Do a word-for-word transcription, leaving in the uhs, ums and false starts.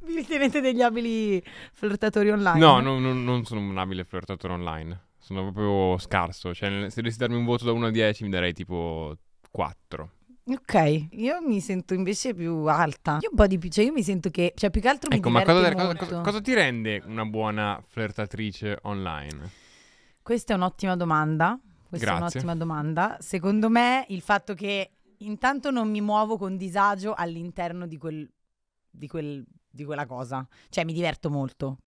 Vi ritenete degli abili flirtatori online? No, no, no, non sono un abile flirtatore online. Sono proprio scarso. Cioè, se dovessi darmi un voto da uno a dieci, mi darei tipo quattro. Ok, io mi sento invece più alta. Io un po' di più, cioè io mi sento che, cioè più che altro Ecco, mi ma diverte cosa, molto. cosa, cosa ti rende una buona flirtatrice online? Questa è un'ottima domanda. Questa Grazie. è un'ottima domanda. Secondo me il fatto che intanto non mi muovo con disagio all'interno di quel, di quel, di quella cosa. Cioè mi diverto molto.